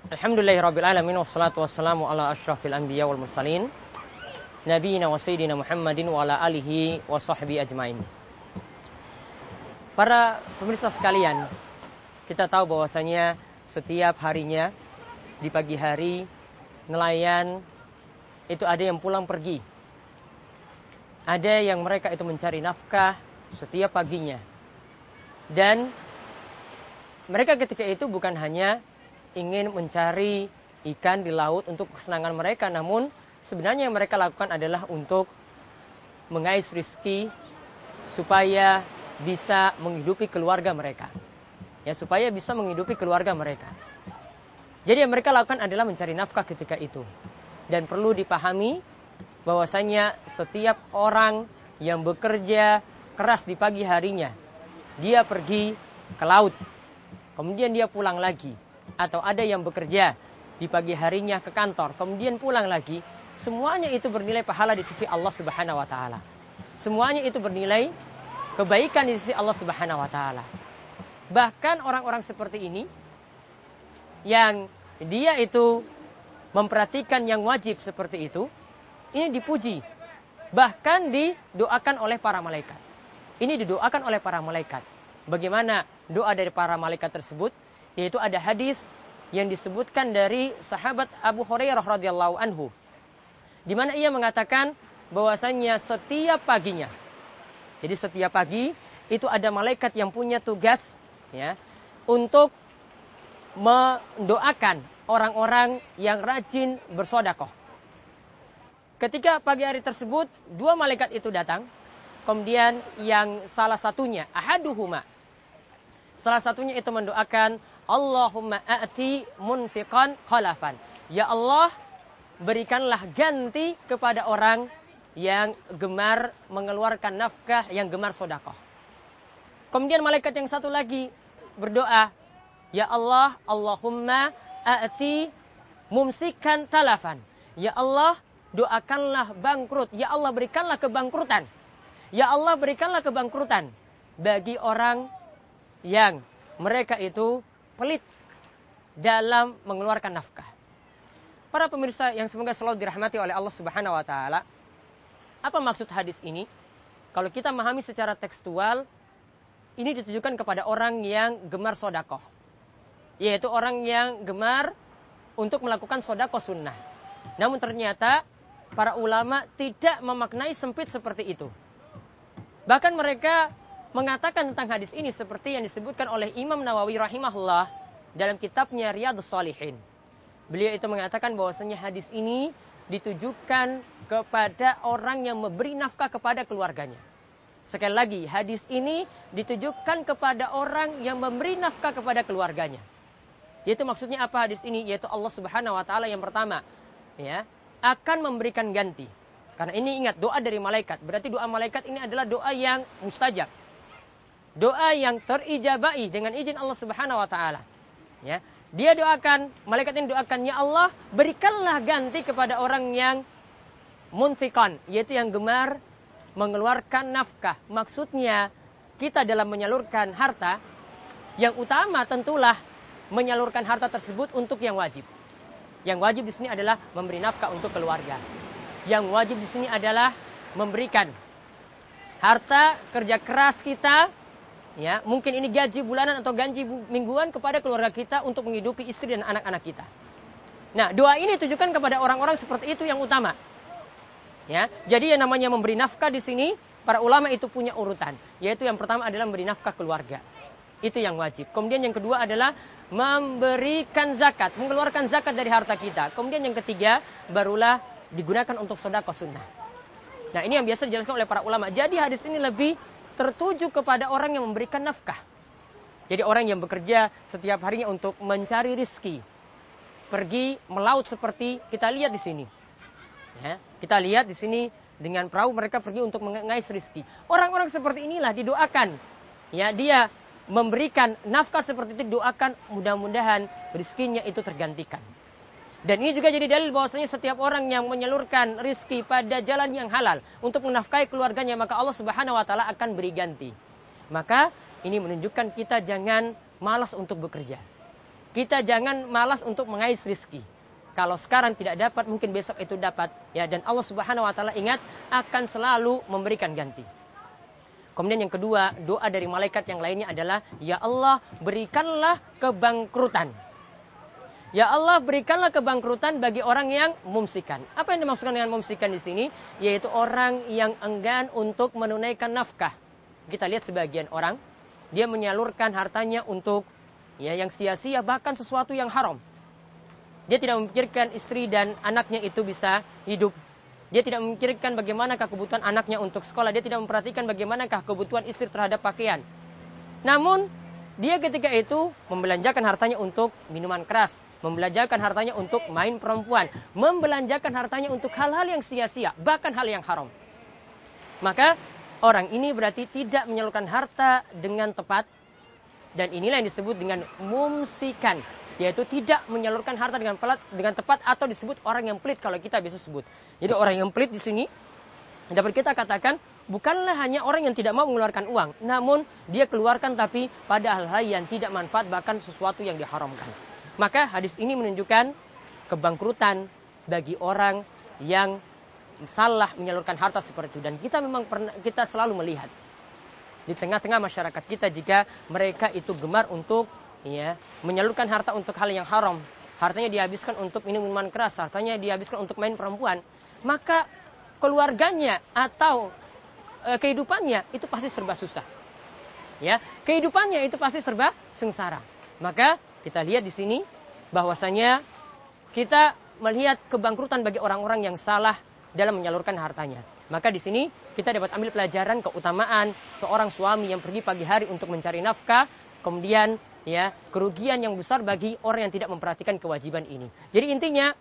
Alhamdulillahirrabbilalamin. Wassalatu wassalamu ala ashrafil anbiya wal mursalin Nabiina wa sayyidina Muhammadin wa ala alihi wa sahbihi ajmain. Para pemirsa sekalian, kita tahu bahwasanya setiap harinya di pagi hari nelayan itu ada yang pulang pergi. Ada yang mereka itu mencari nafkah setiap paginya. Dan mereka ketika itu bukan hanya ingin mencari ikan di laut untuk kesenangan mereka, namun sebenarnya yang mereka lakukan adalah untuk mengais rezeki supaya bisa menghidupi keluarga mereka. Ya, supaya bisa menghidupi keluarga mereka. Jadi yang mereka lakukan adalah mencari nafkah ketika itu. Dan perlu dipahami bahwasanya setiap orang yang bekerja keras di pagi harinya, dia pergi ke laut, kemudian dia pulang lagi. Atau ada yang bekerja di pagi harinya ke kantor, kemudian pulang lagi. Semuanya itu bernilai pahala di sisi Allah Subhanahu wa ta'ala. Semuanya itu bernilai kebaikan di sisi Allah Subhanahu wa ta'ala. Bahkan orang-orang seperti ini, yang dia itu memperhatikan yang wajib seperti itu, ini dipuji. Bahkan didoakan oleh para malaikat. Ini didoakan oleh para malaikat. Bagaimana doa dari para malaikat tersebut? Yaitu ada hadis yang disebutkan dari sahabat Abu Hurairah radhiyallahu anhu, di mana ia mengatakan bahwasanya setiap paginya, jadi setiap pagi itu ada malaikat yang punya tugas ya untuk mendoakan orang-orang yang rajin bersedekah. Ketika pagi hari tersebut, dua malaikat itu datang, kemudian yang salah satunya salah satunya itu mendoakan, Allahumma a'ti munfiqan khalafan. Ya Allah, berikanlah ganti kepada orang yang gemar mengeluarkan nafkah, yang gemar sedekah. Kemudian malaikat yang satu lagi berdoa, Ya Allah, Allahumma a'ti mumsikan talafan. Ya Allah, doakanlah bangkrut. Ya Allah, berikanlah kebangkrutan. Ya Allah, berikanlah kebangkrutan bagi orang yang mereka itu pelit dalam mengeluarkan nafkah. Para pemirsa yang semoga selalu dirahmati oleh Allah Subhanahu wa taala, apa maksud hadis ini? Kalau kita memahami secara tekstual, ini ditujukan kepada orang yang gemar sedekah, yaitu orang yang gemar untuk melakukan sedekah sunnah. Namun ternyata para ulama tidak memaknai sempit seperti itu. Bahkan mereka mengatakan tentang hadis ini seperti yang disebutkan oleh Imam Nawawi rahimahullah dalam kitabnya Riyadhus Shalihin. Beliau itu mengatakan bahwasanya hadis ini ditujukan kepada orang yang memberi nafkah kepada keluarganya. Sekali lagi, hadis ini ditujukan kepada orang yang memberi nafkah kepada keluarganya. Yaitu maksudnya apa hadis ini? Yaitu Allah Subhanahu wa taala yang pertama ya akan memberikan ganti. Karena ini ingat, doa dari malaikat. Berarti doa malaikat ini adalah doa yang mustajab. Doa yang terijabai dengan izin Allah Subhanahu wa taala. Ya, dia doakan, malaikat ini doakan, ya Allah, berikanlah ganti kepada orang yang munfiqan, yaitu yang gemar mengeluarkan nafkah. Maksudnya, kita dalam menyalurkan harta, yang utama tentulah menyalurkan harta tersebut untuk yang wajib. Yang wajib di sini adalah memberi nafkah untuk keluarga. Yang wajib di sini adalah memberikan harta kerja keras kita, ya, mungkin ini gaji bulanan atau gaji mingguan kepada keluarga kita untuk menghidupi istri dan anak-anak kita. Nah, doa ini ditujukan kepada orang-orang seperti itu yang utama. Ya, jadi yang namanya memberi nafkah di sini, para ulama itu punya urutan, yaitu yang pertama adalah memberi nafkah keluarga. Itu yang wajib. Kemudian yang kedua adalah memberikan zakat, mengeluarkan zakat dari harta kita. Kemudian yang ketiga barulah digunakan untuk sedekah sunnah. Nah, ini yang biasa dijelaskan oleh para ulama. Jadi hadis ini lebih tertuju kepada orang yang memberikan nafkah. Jadi orang yang bekerja setiap harinya untuk mencari rezeki, pergi melaut seperti kita lihat di sini. Ya, kita lihat di sini dengan perahu mereka pergi untuk mengais rezeki. Orang-orang seperti inilah didoakan. Ya, dia memberikan nafkah seperti itu, doakan mudah-mudahan rezekinya itu tergantikan. Dan ini juga jadi dalil bahwasanya setiap orang yang menyalurkan rizki pada jalan yang halal untuk menafkahi keluarganya, maka Allah Subhanahu wa taala akan beri ganti. Maka ini menunjukkan kita jangan malas untuk bekerja. kita jangan malas untuk mengais rizki. Kalau sekarang tidak dapat, mungkin besok itu dapat. Ya, dan Allah Subhanahu wa taala ingat akan selalu memberikan ganti. Kemudian yang kedua, doa dari malaikat yang lainnya adalah, ya Allah, berikanlah kebangkrutan. Ya Allah, berikanlah kebangkrutan bagi orang yang mumsikan. Apa yang dimaksudkan dengan mumsikan di sini? Yaitu orang yang enggan untuk menunaikan nafkah. Kita lihat sebagian orang, dia menyalurkan hartanya untuk yang sia-sia, bahkan sesuatu yang haram. Dia tidak memikirkan istri dan anaknya itu bisa hidup. Dia tidak memikirkan bagaimanakah kebutuhan anaknya untuk sekolah. Dia tidak memperhatikan bagaimanakah kebutuhan istri terhadap pakaian. Namun, dia ketika itu membelanjakan hartanya untuk minuman keras. Membelanjakan hartanya untuk main perempuan. Membelanjakan hartanya untuk hal-hal yang sia-sia. Bahkan hal yang haram. Maka, orang ini berarti tidak menyalurkan harta dengan tepat. Dan inilah yang disebut dengan mumsikan. Yaitu tidak menyalurkan harta dengan tepat, atau disebut orang yang pelit kalau kita bisa sebut. Jadi orang yang pelit di sini dapat kita katakan bukanlah hanya orang yang tidak mau mengeluarkan uang, namun dia keluarkan tapi pada hal-hal yang tidak manfaat, bahkan sesuatu yang diharamkan. Maka hadis ini menunjukkan kebangkrutan bagi orang yang salah menyalurkan harta seperti itu. Dan kita selalu melihat di tengah-tengah masyarakat kita, jika mereka itu gemar untuk menyalurkan harta untuk hal yang haram, hartanya dihabiskan untuk minum minuman keras, hartanya dihabiskan untuk main perempuan, maka keluarganya atau kehidupannya itu pasti serba susah. Ya, kehidupannya itu pasti serba sengsara. Maka kita lihat di sini bahwasanya kita melihat kebangkrutan bagi orang-orang yang salah dalam menyalurkan hartanya. Maka di sini kita dapat ambil pelajaran keutamaan seorang suami yang pergi pagi hari untuk mencari nafkah, kemudian kerugian yang besar bagi orang yang tidak memperhatikan kewajiban ini. Jadi intinya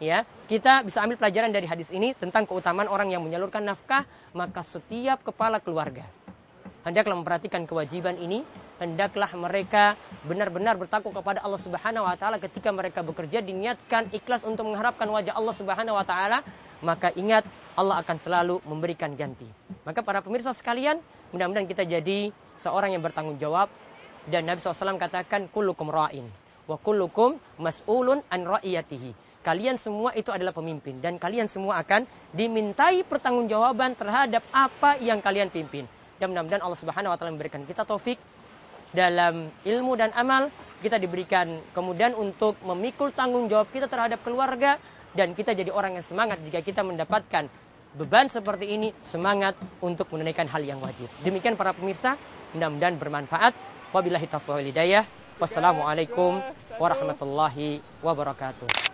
kita bisa ambil pelajaran dari hadis ini tentang keutamaan orang yang menyalurkan nafkah. Maka setiap kepala keluarga hendaklah memperhatikan kewajiban ini. Hendaklah mereka benar-benar bertakwa kepada Allah Subhanahu wa taala ketika mereka bekerja, diniatkan ikhlas untuk mengharapkan wajah Allah Subhanahu wa taala. Maka ingat, Allah akan selalu memberikan ganti. Maka para pemirsa sekalian, mudah-mudahan kita jadi seorang yang bertanggung jawab. Dan Nabi SAW katakan, kullukum ra'in wa kullukum mas'ulun an ra'iyatihi. Kalian semua itu adalah pemimpin, dan kalian semua akan dimintai pertanggungjawaban terhadap apa yang kalian pimpin. Dan mudah-mudahan Allah Subhanahu wa taala memberikan kita taufik dalam ilmu dan amal. Kita diberikan kemudian untuk memikul tanggung jawab kita terhadap keluarga, dan kita jadi orang yang semangat jika kita mendapatkan beban seperti ini, semangat untuk menunaikan hal yang wajib. Demikian para pemirsa, mudah-mudahan bermanfaat. Wabillahi taufiq wal hidayah. Wassalamualaikum warahmatullahi wabarakatuh.